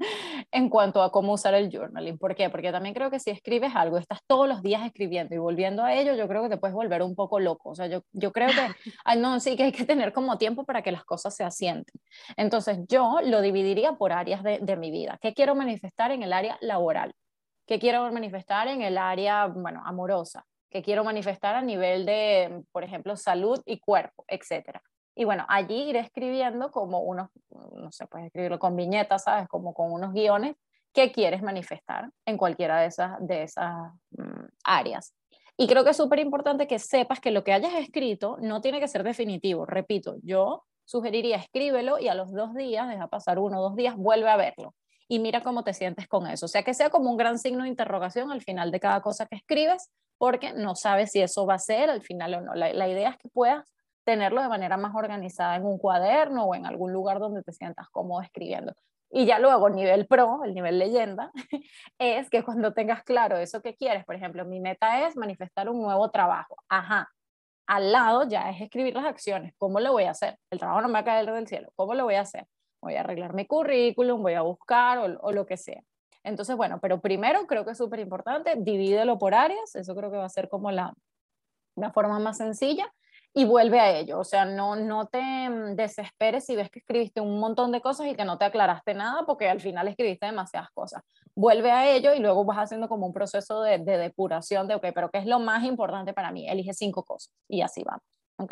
en cuanto a cómo usar el journaling. ¿Por qué? Porque también creo que si escribes algo, estás todos los días escribiendo y volviendo a ello, yo creo que te puedes volver un poco loco. O sea, yo, yo creo que, ay, no, sí que hay que tener como tiempo para que las cosas se asienten. Entonces, yo lo dividiría por áreas de, de mi vida. ¿Qué quiero manifestar en el área laboral? ¿Qué quiero manifestar en el área, bueno, amorosa? ¿Qué quiero manifestar a nivel de, por ejemplo, salud y cuerpo, etcétera? Y bueno, allí iré escribiendo como unos, no sé, puedes escribirlo con viñetas, ¿sabes? Como con unos guiones que quieres manifestar en cualquiera de esas, de esas um, áreas. Y creo que es súper importante que sepas que lo que hayas escrito no tiene que ser definitivo. Repito, yo sugeriría escríbelo y a los dos días, deja pasar uno o dos días, vuelve a verlo. Y mira cómo te sientes con eso. O sea, que sea como un gran signo de interrogación al final de cada cosa que escribes, porque no sabes si eso va a ser al final o no. La, la idea es que puedas tenerlo de manera más organizada en un cuaderno o en algún lugar donde te sientas cómodo escribiendo. Y ya luego, nivel pro, el nivel leyenda, es que cuando tengas claro eso que quieres, por ejemplo, mi meta es manifestar un nuevo trabajo. Ajá, al lado ya es escribir las acciones. ¿Cómo lo voy a hacer? El trabajo no me va a caer del cielo. ¿Cómo lo voy a hacer? Voy a arreglar mi currículum, voy a buscar o, o lo que sea. Entonces, bueno, pero primero creo que es súper importante, divídelo por áreas, eso creo que va a ser como la, la forma más sencilla y vuelve a ello, o sea, no, no te desesperes si ves que escribiste un montón de cosas y que no te aclaraste nada porque al final escribiste demasiadas cosas. Vuelve a ello y luego vas haciendo como un proceso de, de depuración de, ok, pero ¿qué es lo más importante para mí? Elige cinco cosas y así vamos, ¿ok?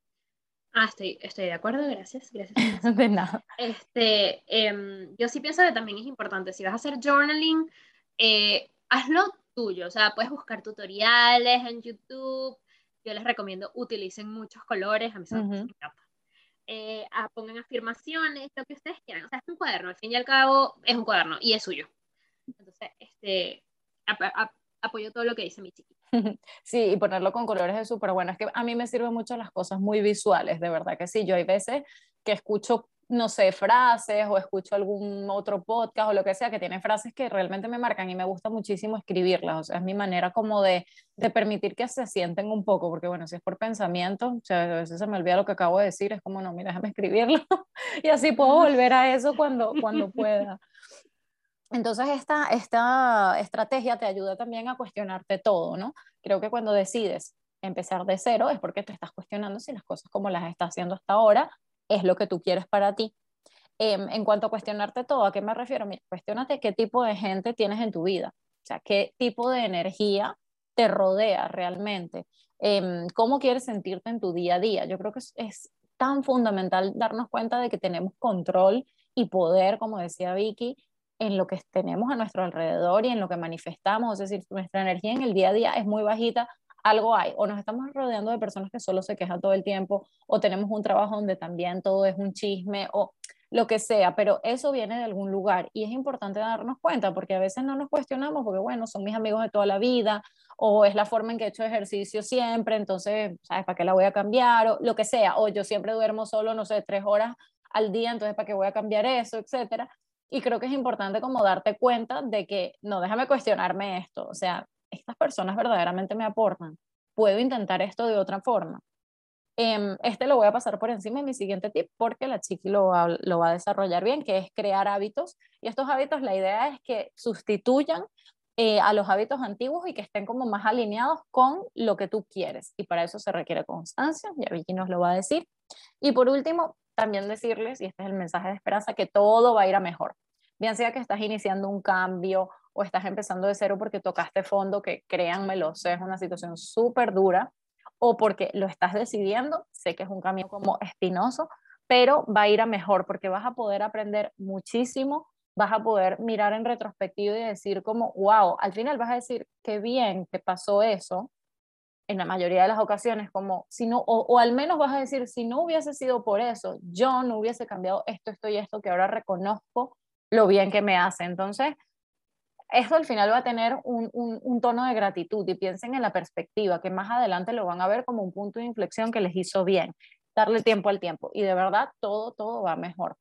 Ah, estoy, estoy de acuerdo, gracias, gracias por eso. De nada. Este, eh, yo sí pienso que también es importante, si vas a hacer journaling, eh, hazlo tuyo, o sea, puedes buscar tutoriales en YouTube, yo les recomiendo utilicen muchos colores, a mí eso, Uh-huh. eso me encanta. Eh, a, pongan afirmaciones, lo que ustedes quieran, o sea, es un cuaderno, al fin y al cabo es un cuaderno y es suyo. Entonces, este, ap ap apoyo todo lo que dice mi chiquita. Sí, y ponerlo con colores es súper bueno. Es que a mí me sirven mucho las cosas muy visuales, de verdad que sí. Yo hay veces que escucho, no sé, frases o escucho algún otro podcast o lo que sea que tiene frases que realmente me marcan y me gusta muchísimo escribirlas. O sea, es mi manera como de, de permitir que se sienten un poco, porque bueno, si es por pensamiento, o sea, a veces se me olvida lo que acabo de decir, es como, no, mira, déjame escribirlo y así puedo volver a eso cuando, cuando pueda. Entonces, esta, esta estrategia te ayuda también a cuestionarte todo, ¿no? Creo que cuando decides empezar de cero es porque te estás cuestionando si las cosas como las estás haciendo hasta ahora es lo que tú quieres para ti. Eh, en cuanto a cuestionarte todo, ¿a qué me refiero? Mira, cuestionate qué tipo de gente tienes en tu vida, o sea, qué tipo de energía te rodea realmente, eh, cómo quieres sentirte en tu día a día. Yo creo que es, es tan fundamental darnos cuenta de que tenemos control y poder, como decía Vicky, en lo que tenemos a nuestro alrededor y en lo que manifestamos, es decir, nuestra energía en el día a día es muy bajita, algo hay, o nos estamos rodeando de personas que solo se quejan todo el tiempo, o tenemos un trabajo donde también todo es un chisme, o lo que sea, pero eso viene de algún lugar y es importante darnos cuenta porque a veces no nos cuestionamos porque, bueno, son mis amigos de toda la vida o es la forma en que he hecho ejercicio siempre, entonces, ¿sabes? ¿Para qué la voy a cambiar? O lo que sea, o yo siempre duermo solo, no sé, tres horas al día, entonces, ¿para qué voy a cambiar eso? Etcétera. Y creo que es importante como darte cuenta de que, no, déjame cuestionarme esto, o sea, estas personas verdaderamente me aportan, puedo intentar esto de otra forma. Um, este lo voy a pasar por encima de mi siguiente tip porque la chiqui lo va, lo va a desarrollar bien, que es crear hábitos. Y estos hábitos, la idea es que sustituyan eh, a los hábitos antiguos y que estén como más alineados con lo que tú quieres. Y para eso se requiere constancia, ya Vicky nos lo va a decir. Y por último, también decirles, y este es el mensaje de esperanza, que todo va a ir a mejor. Bien sea que estás iniciando un cambio o estás empezando de cero porque tocaste fondo, que créanmelo, sé, es una situación súper dura, o porque lo estás decidiendo, sé que es un camino como espinoso, pero va a ir a mejor porque vas a poder aprender muchísimo, vas a poder mirar en retrospectiva y decir como, wow, al final vas a decir, qué bien que pasó eso, en la mayoría de las ocasiones, como si no, o, o al menos vas a decir, si no hubiese sido por eso, yo no hubiese cambiado esto, esto y esto, que ahora reconozco lo bien que me hace. Entonces, esto al final va a tener un, un, un tono de gratitud y piensen en la perspectiva, que más adelante lo van a ver como un punto de inflexión que les hizo bien, darle tiempo al tiempo y de verdad todo, todo va mejor.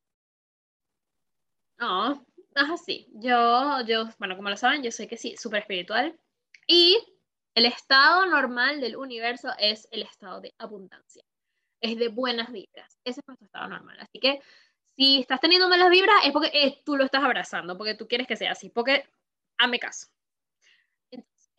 No, es así. Yo, yo, bueno, como lo saben, yo sé que sí, súper espiritual. Y el estado normal del universo es el estado de abundancia. Es de buenas vibras. Ese es nuestro estado normal. Así que si estás teniendo malas vibras es porque eh, tú lo estás abrazando, porque tú quieres que sea así, porque hazme caso. Entonces,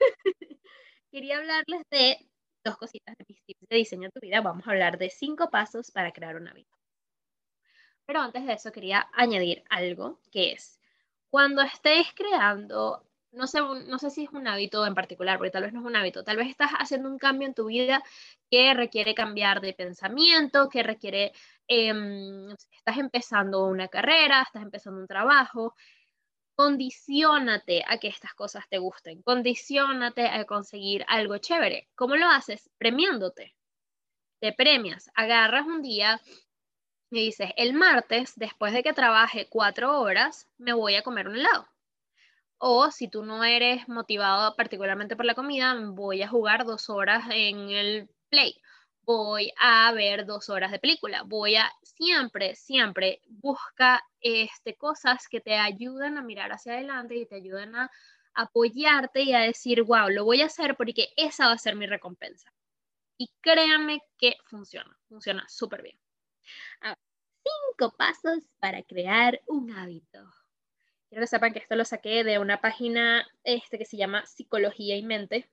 quería hablarles de dos cositas de mis tips de diseño de tu vida. Vamos a hablar de cinco pasos para crear un hábito. Pero antes de eso quería añadir algo, que es, cuando estés creando, no sé, no sé si es un hábito en particular, porque tal vez no es un hábito, tal vez estás haciendo un cambio en tu vida que requiere cambiar de pensamiento, que requiere, eh, estás empezando una carrera, estás empezando un trabajo, condiciónate a que estas cosas te gusten, condiciónate a conseguir algo chévere. ¿Cómo lo haces? Premiándote. Te premias, agarras un día y dices, el martes, después de que trabaje cuatro horas, me voy a comer un helado. O si tú no eres motivado particularmente por la comida, voy a jugar dos horas en el Play. Voy a ver dos horas de película. Voy a siempre, siempre busca este, cosas que te ayuden a mirar hacia adelante y te ayuden a apoyarte y a decir, wow, lo voy a hacer porque esa va a ser mi recompensa. Y créanme que funciona, funciona súper bien. A ver, cinco pasos para crear un hábito. Quiero que sepan que esto lo saqué de una página este, que se llama Psicología y Mente.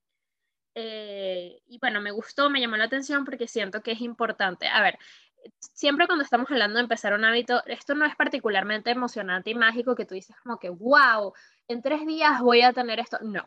Eh, y bueno, me gustó, me llamó la atención porque siento que es importante. A ver, siempre cuando estamos hablando de empezar un hábito, esto no es particularmente emocionante y mágico que tú dices como que, wow, en tres días voy a tener esto. No.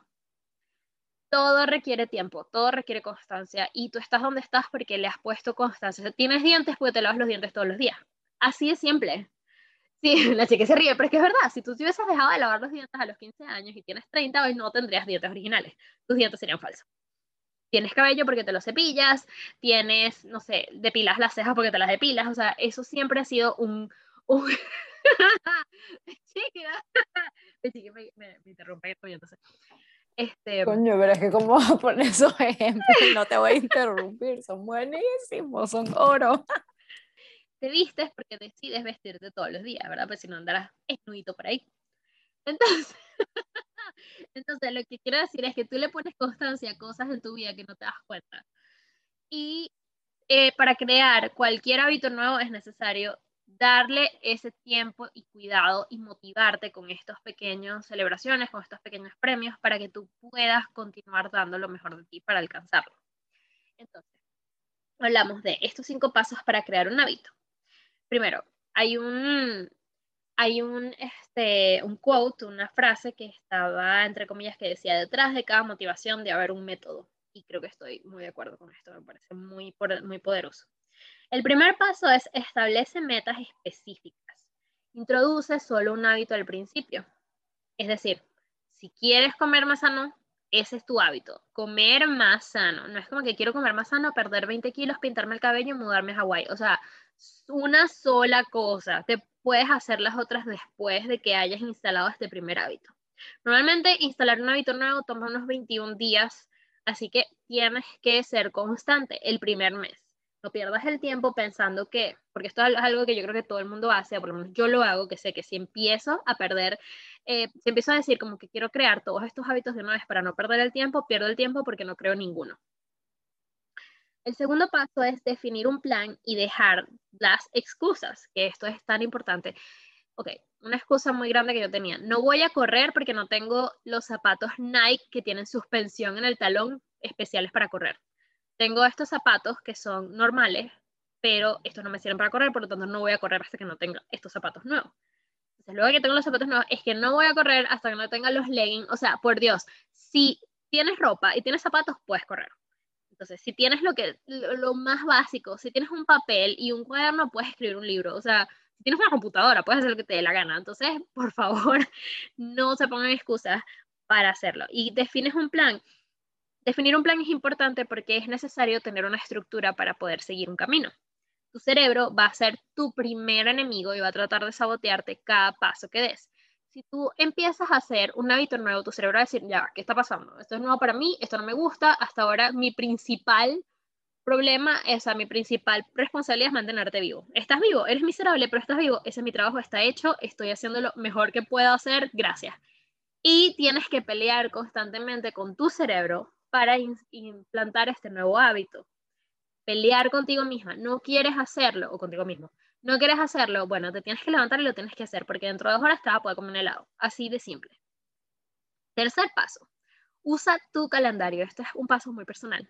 Todo requiere tiempo, todo requiere constancia y tú estás donde estás porque le has puesto constancia. O sea, tienes dientes porque te lavas los dientes todos los días. Así de simple. Sí, la chica se ríe, pero es que es verdad, si tú te hubieses dejado de lavar los dientes a los quince años y tienes treinta, hoy no tendrías dientes originales, tus dientes serían falsos. Tienes cabello porque te lo cepillas, tienes, no sé, depilas las cejas porque te las depilas, o sea, eso siempre ha sido un... un... chica, chica me, me, me interrumpe entonces. Este, Coño, pero es que cómo vas a poner esos ejemplos y no te voy a interrumpir, son buenísimos, son oro. te vistes porque decides vestirte todos los días, ¿verdad? Pues si no andarás esnudito por ahí. Entonces, entonces, lo que quiero decir es que tú le pones constancia a cosas en tu vida que no te das cuenta. Y eh, para crear cualquier hábito nuevo es necesario darle ese tiempo y cuidado y motivarte con estas pequeñas celebraciones, con estos pequeños premios para que tú puedas continuar dando lo mejor de ti para alcanzarlo. Entonces, hablamos de estos cinco pasos para crear un hábito. Primero, hay un, hay un, este, un quote, una frase que estaba, entre comillas, que decía, detrás de cada motivación debe haber un método. Y creo que estoy muy de acuerdo con esto, me parece muy, muy poderoso. El primer paso es establece metas específicas. Introduce solo un hábito al principio. Es decir, si quieres comer más sano, ese es tu hábito, comer más sano. No es como que quiero comer más sano, perder veinte kilos, pintarme el cabello y mudarme a Hawái. O sea, una sola cosa. Te puedes hacer las otras después de que hayas instalado este primer hábito. Normalmente instalar un hábito nuevo toma unos veintiún días, así que tienes que ser constante el primer mes. No pierdas el tiempo pensando que, porque esto es algo que yo creo que todo el mundo hace, por lo menos yo lo hago, que sé que si empiezo a perder, eh, si empiezo a decir como que quiero crear todos estos hábitos de una vez para no perder el tiempo, pierdo el tiempo porque no creo ninguno. El segundo paso es definir un plan y dejar las excusas, que esto es tan importante. ok, una excusa muy grande que yo tenía, no voy a correr porque no tengo los zapatos Nike que tienen suspensión en el talón especiales para correr. Tengo estos zapatos que son normales, pero estos no me sirven para correr, por lo tanto no voy a correr hasta que no tenga estos zapatos nuevos. Entonces, luego que tengo los zapatos nuevos, es que no voy a correr hasta que no tenga los leggings. O sea, por Dios, si tienes ropa y tienes zapatos, puedes correr. Entonces, si tienes lo, que, lo, lo más básico, si tienes un papel y un cuaderno, puedes escribir un libro. O sea, si tienes una computadora, puedes hacer lo que te dé la gana. Entonces, por favor, no se pongan excusas para hacerlo. Y defines un plan. Definir un plan es importante porque es necesario tener una estructura para poder seguir un camino. Tu cerebro va a ser tu primer enemigo y va a tratar de sabotearte cada paso que des. Si tú empiezas a hacer un hábito nuevo, tu cerebro va a decir, ya, ¿qué está pasando? Esto es nuevo para mí, esto no me gusta, hasta ahora mi principal problema, o sea, mi principal responsabilidad es mantenerte vivo. Estás vivo, eres miserable, pero estás vivo, ese es mi trabajo, está hecho, estoy haciendo lo mejor que puedo hacer, gracias. Y tienes que pelear constantemente con tu cerebro para implantar este nuevo hábito. Pelear contigo misma, no quieres hacerlo, o contigo mismo, no quieres hacerlo, bueno, te tienes que levantar y lo tienes que hacer, porque dentro de dos horas te vas a poder comer un helado, así de simple. Tercer paso, usa tu calendario, este es un paso muy personal.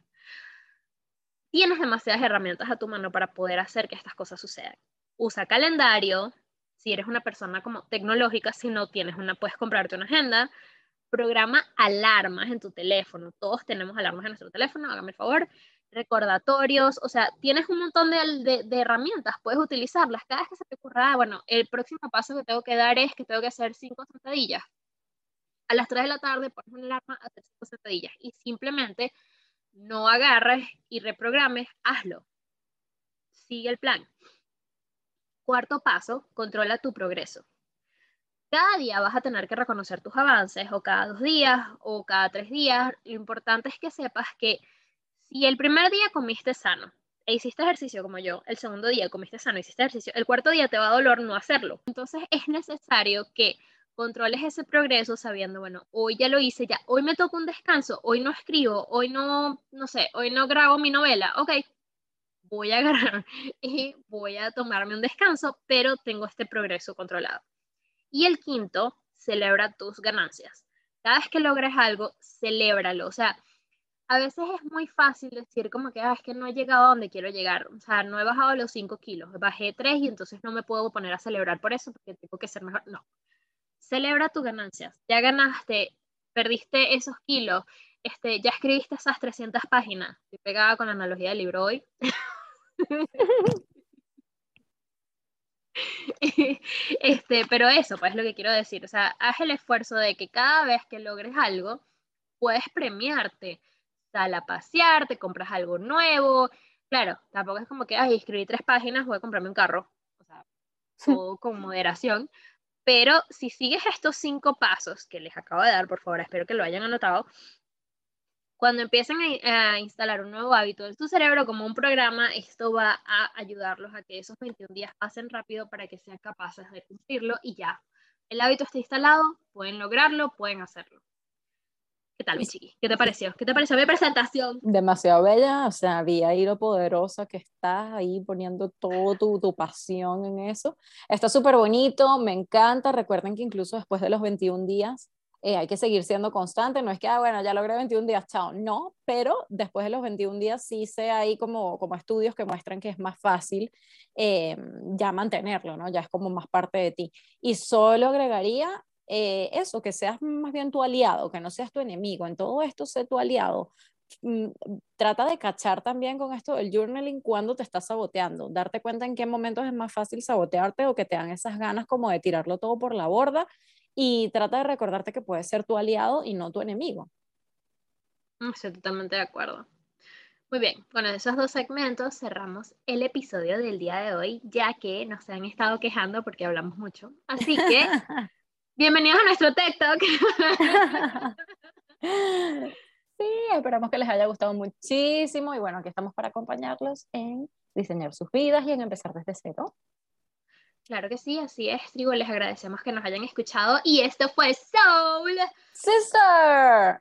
Tienes demasiadas herramientas a tu mano para poder hacer que estas cosas sucedan. Usa calendario, si eres una persona como tecnológica, si no tienes una, puedes comprarte una agenda, programa alarmas en tu teléfono, todos tenemos alarmas en nuestro teléfono, hágame el favor, recordatorios, o sea, tienes un montón de, de, de herramientas, puedes utilizarlas, cada vez que se te ocurra, ah, bueno, el próximo paso que tengo que dar es que tengo que hacer cinco sentadillas, a las tres de la tarde pones una alarma a hacer cinco sentadillas, y simplemente no agarres y reprogrames, hazlo, sigue el plan. Cuarto paso, controla tu progreso. Cada día vas a tener que reconocer tus avances, o cada dos días, o cada tres días. Lo importante es que sepas que si el primer día comiste sano e hiciste ejercicio como yo, el segundo día comiste sano e hiciste ejercicio, el cuarto día te va a doler no hacerlo. Entonces es necesario que controles ese progreso sabiendo, bueno, hoy ya lo hice, ya, hoy me toca un descanso, hoy no escribo, hoy no, no sé, hoy no grabo mi novela, ok, voy a agarrar y voy a tomarme un descanso, pero tengo este progreso controlado. Y el quinto, celebra tus ganancias. Cada vez que logres algo, celébralo. O sea, a veces es muy fácil decir como que, ah, es que no he llegado a donde quiero llegar. O sea, no he bajado los cinco kilos, bajé tres y entonces no me puedo poner a celebrar por eso porque tengo que ser mejor. No. Celebra tus ganancias. Ya ganaste, perdiste esos kilos, este, ya escribiste esas trescientas páginas. Estoy pegada con la analogía del libro hoy. Este, pero eso, pues es lo que quiero decir. O sea, haz el esfuerzo de que cada vez que logres algo, puedes premiarte. Sal a pasear, te compras algo nuevo. Claro, tampoco es como que, ay, escribí tres páginas, voy a comprarme un carro. O sea, todo con moderación. Pero si sigues estos cinco pasos que les acabo de dar, por favor, espero que lo hayan anotado, cuando empiecen a, a instalar un nuevo hábito en su cerebro como un programa, esto va a ayudarlos a que esos veintiún días pasen rápido para que sean capaces de cumplirlo y ya. El hábito está instalado, pueden lograrlo, pueden hacerlo. ¿Qué tal, mi chiqui? ¿Qué te pareció? ¿Qué te pareció mi presentación? Demasiado bella, o sea, vi ahí lo poderosa que estás ahí poniendo todo tu, tu pasión en eso. Está súper bonito, me encanta. Recuerden que incluso después de los veintiún días eh, hay que seguir siendo constante. No es que, ah, bueno, ya logré veintiún días, chao. No, pero después de los veintiún días sí sé ahí como, como estudios que muestran que es más fácil eh, ya mantenerlo, ¿no? Ya es como más parte de ti. Y solo agregaría eh, eso, que seas más bien tu aliado, que no seas tu enemigo. En todo esto, sé tu aliado. Mm, trata de cachar también con esto del journaling cuando te estás saboteando, darte cuenta en qué momentos es más fácil sabotearte o que te dan esas ganas como de tirarlo todo por la borda y trata de recordarte que puedes ser tu aliado y no tu enemigo. Estoy totalmente de acuerdo. Muy bien, con esos dos segmentos cerramos el episodio del día de hoy, ya que nos han estado quejando porque hablamos mucho. Así que, bienvenidos a nuestro TikTok. Sí, esperamos que les haya gustado muchísimo y bueno, aquí estamos para acompañarlos en diseñar sus vidas y en empezar desde cero. Claro que sí, así es, Trigo. Les agradecemos que nos hayan escuchado y esto fue Soul Sister.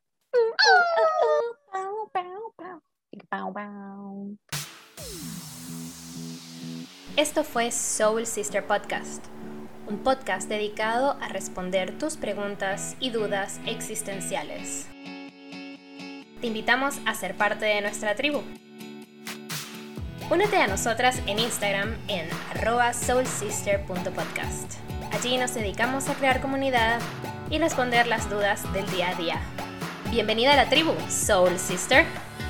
Esto fue Soul Sister Podcast, un podcast dedicado a responder tus preguntas y dudas existenciales. Te invitamos a ser parte de nuestra tribu. Únete a nosotras en Instagram en arroba soulsister punto podcast. Allí nos dedicamos a crear comunidad y responder las dudas del día a día. Bienvenida a la tribu, Soul Sister.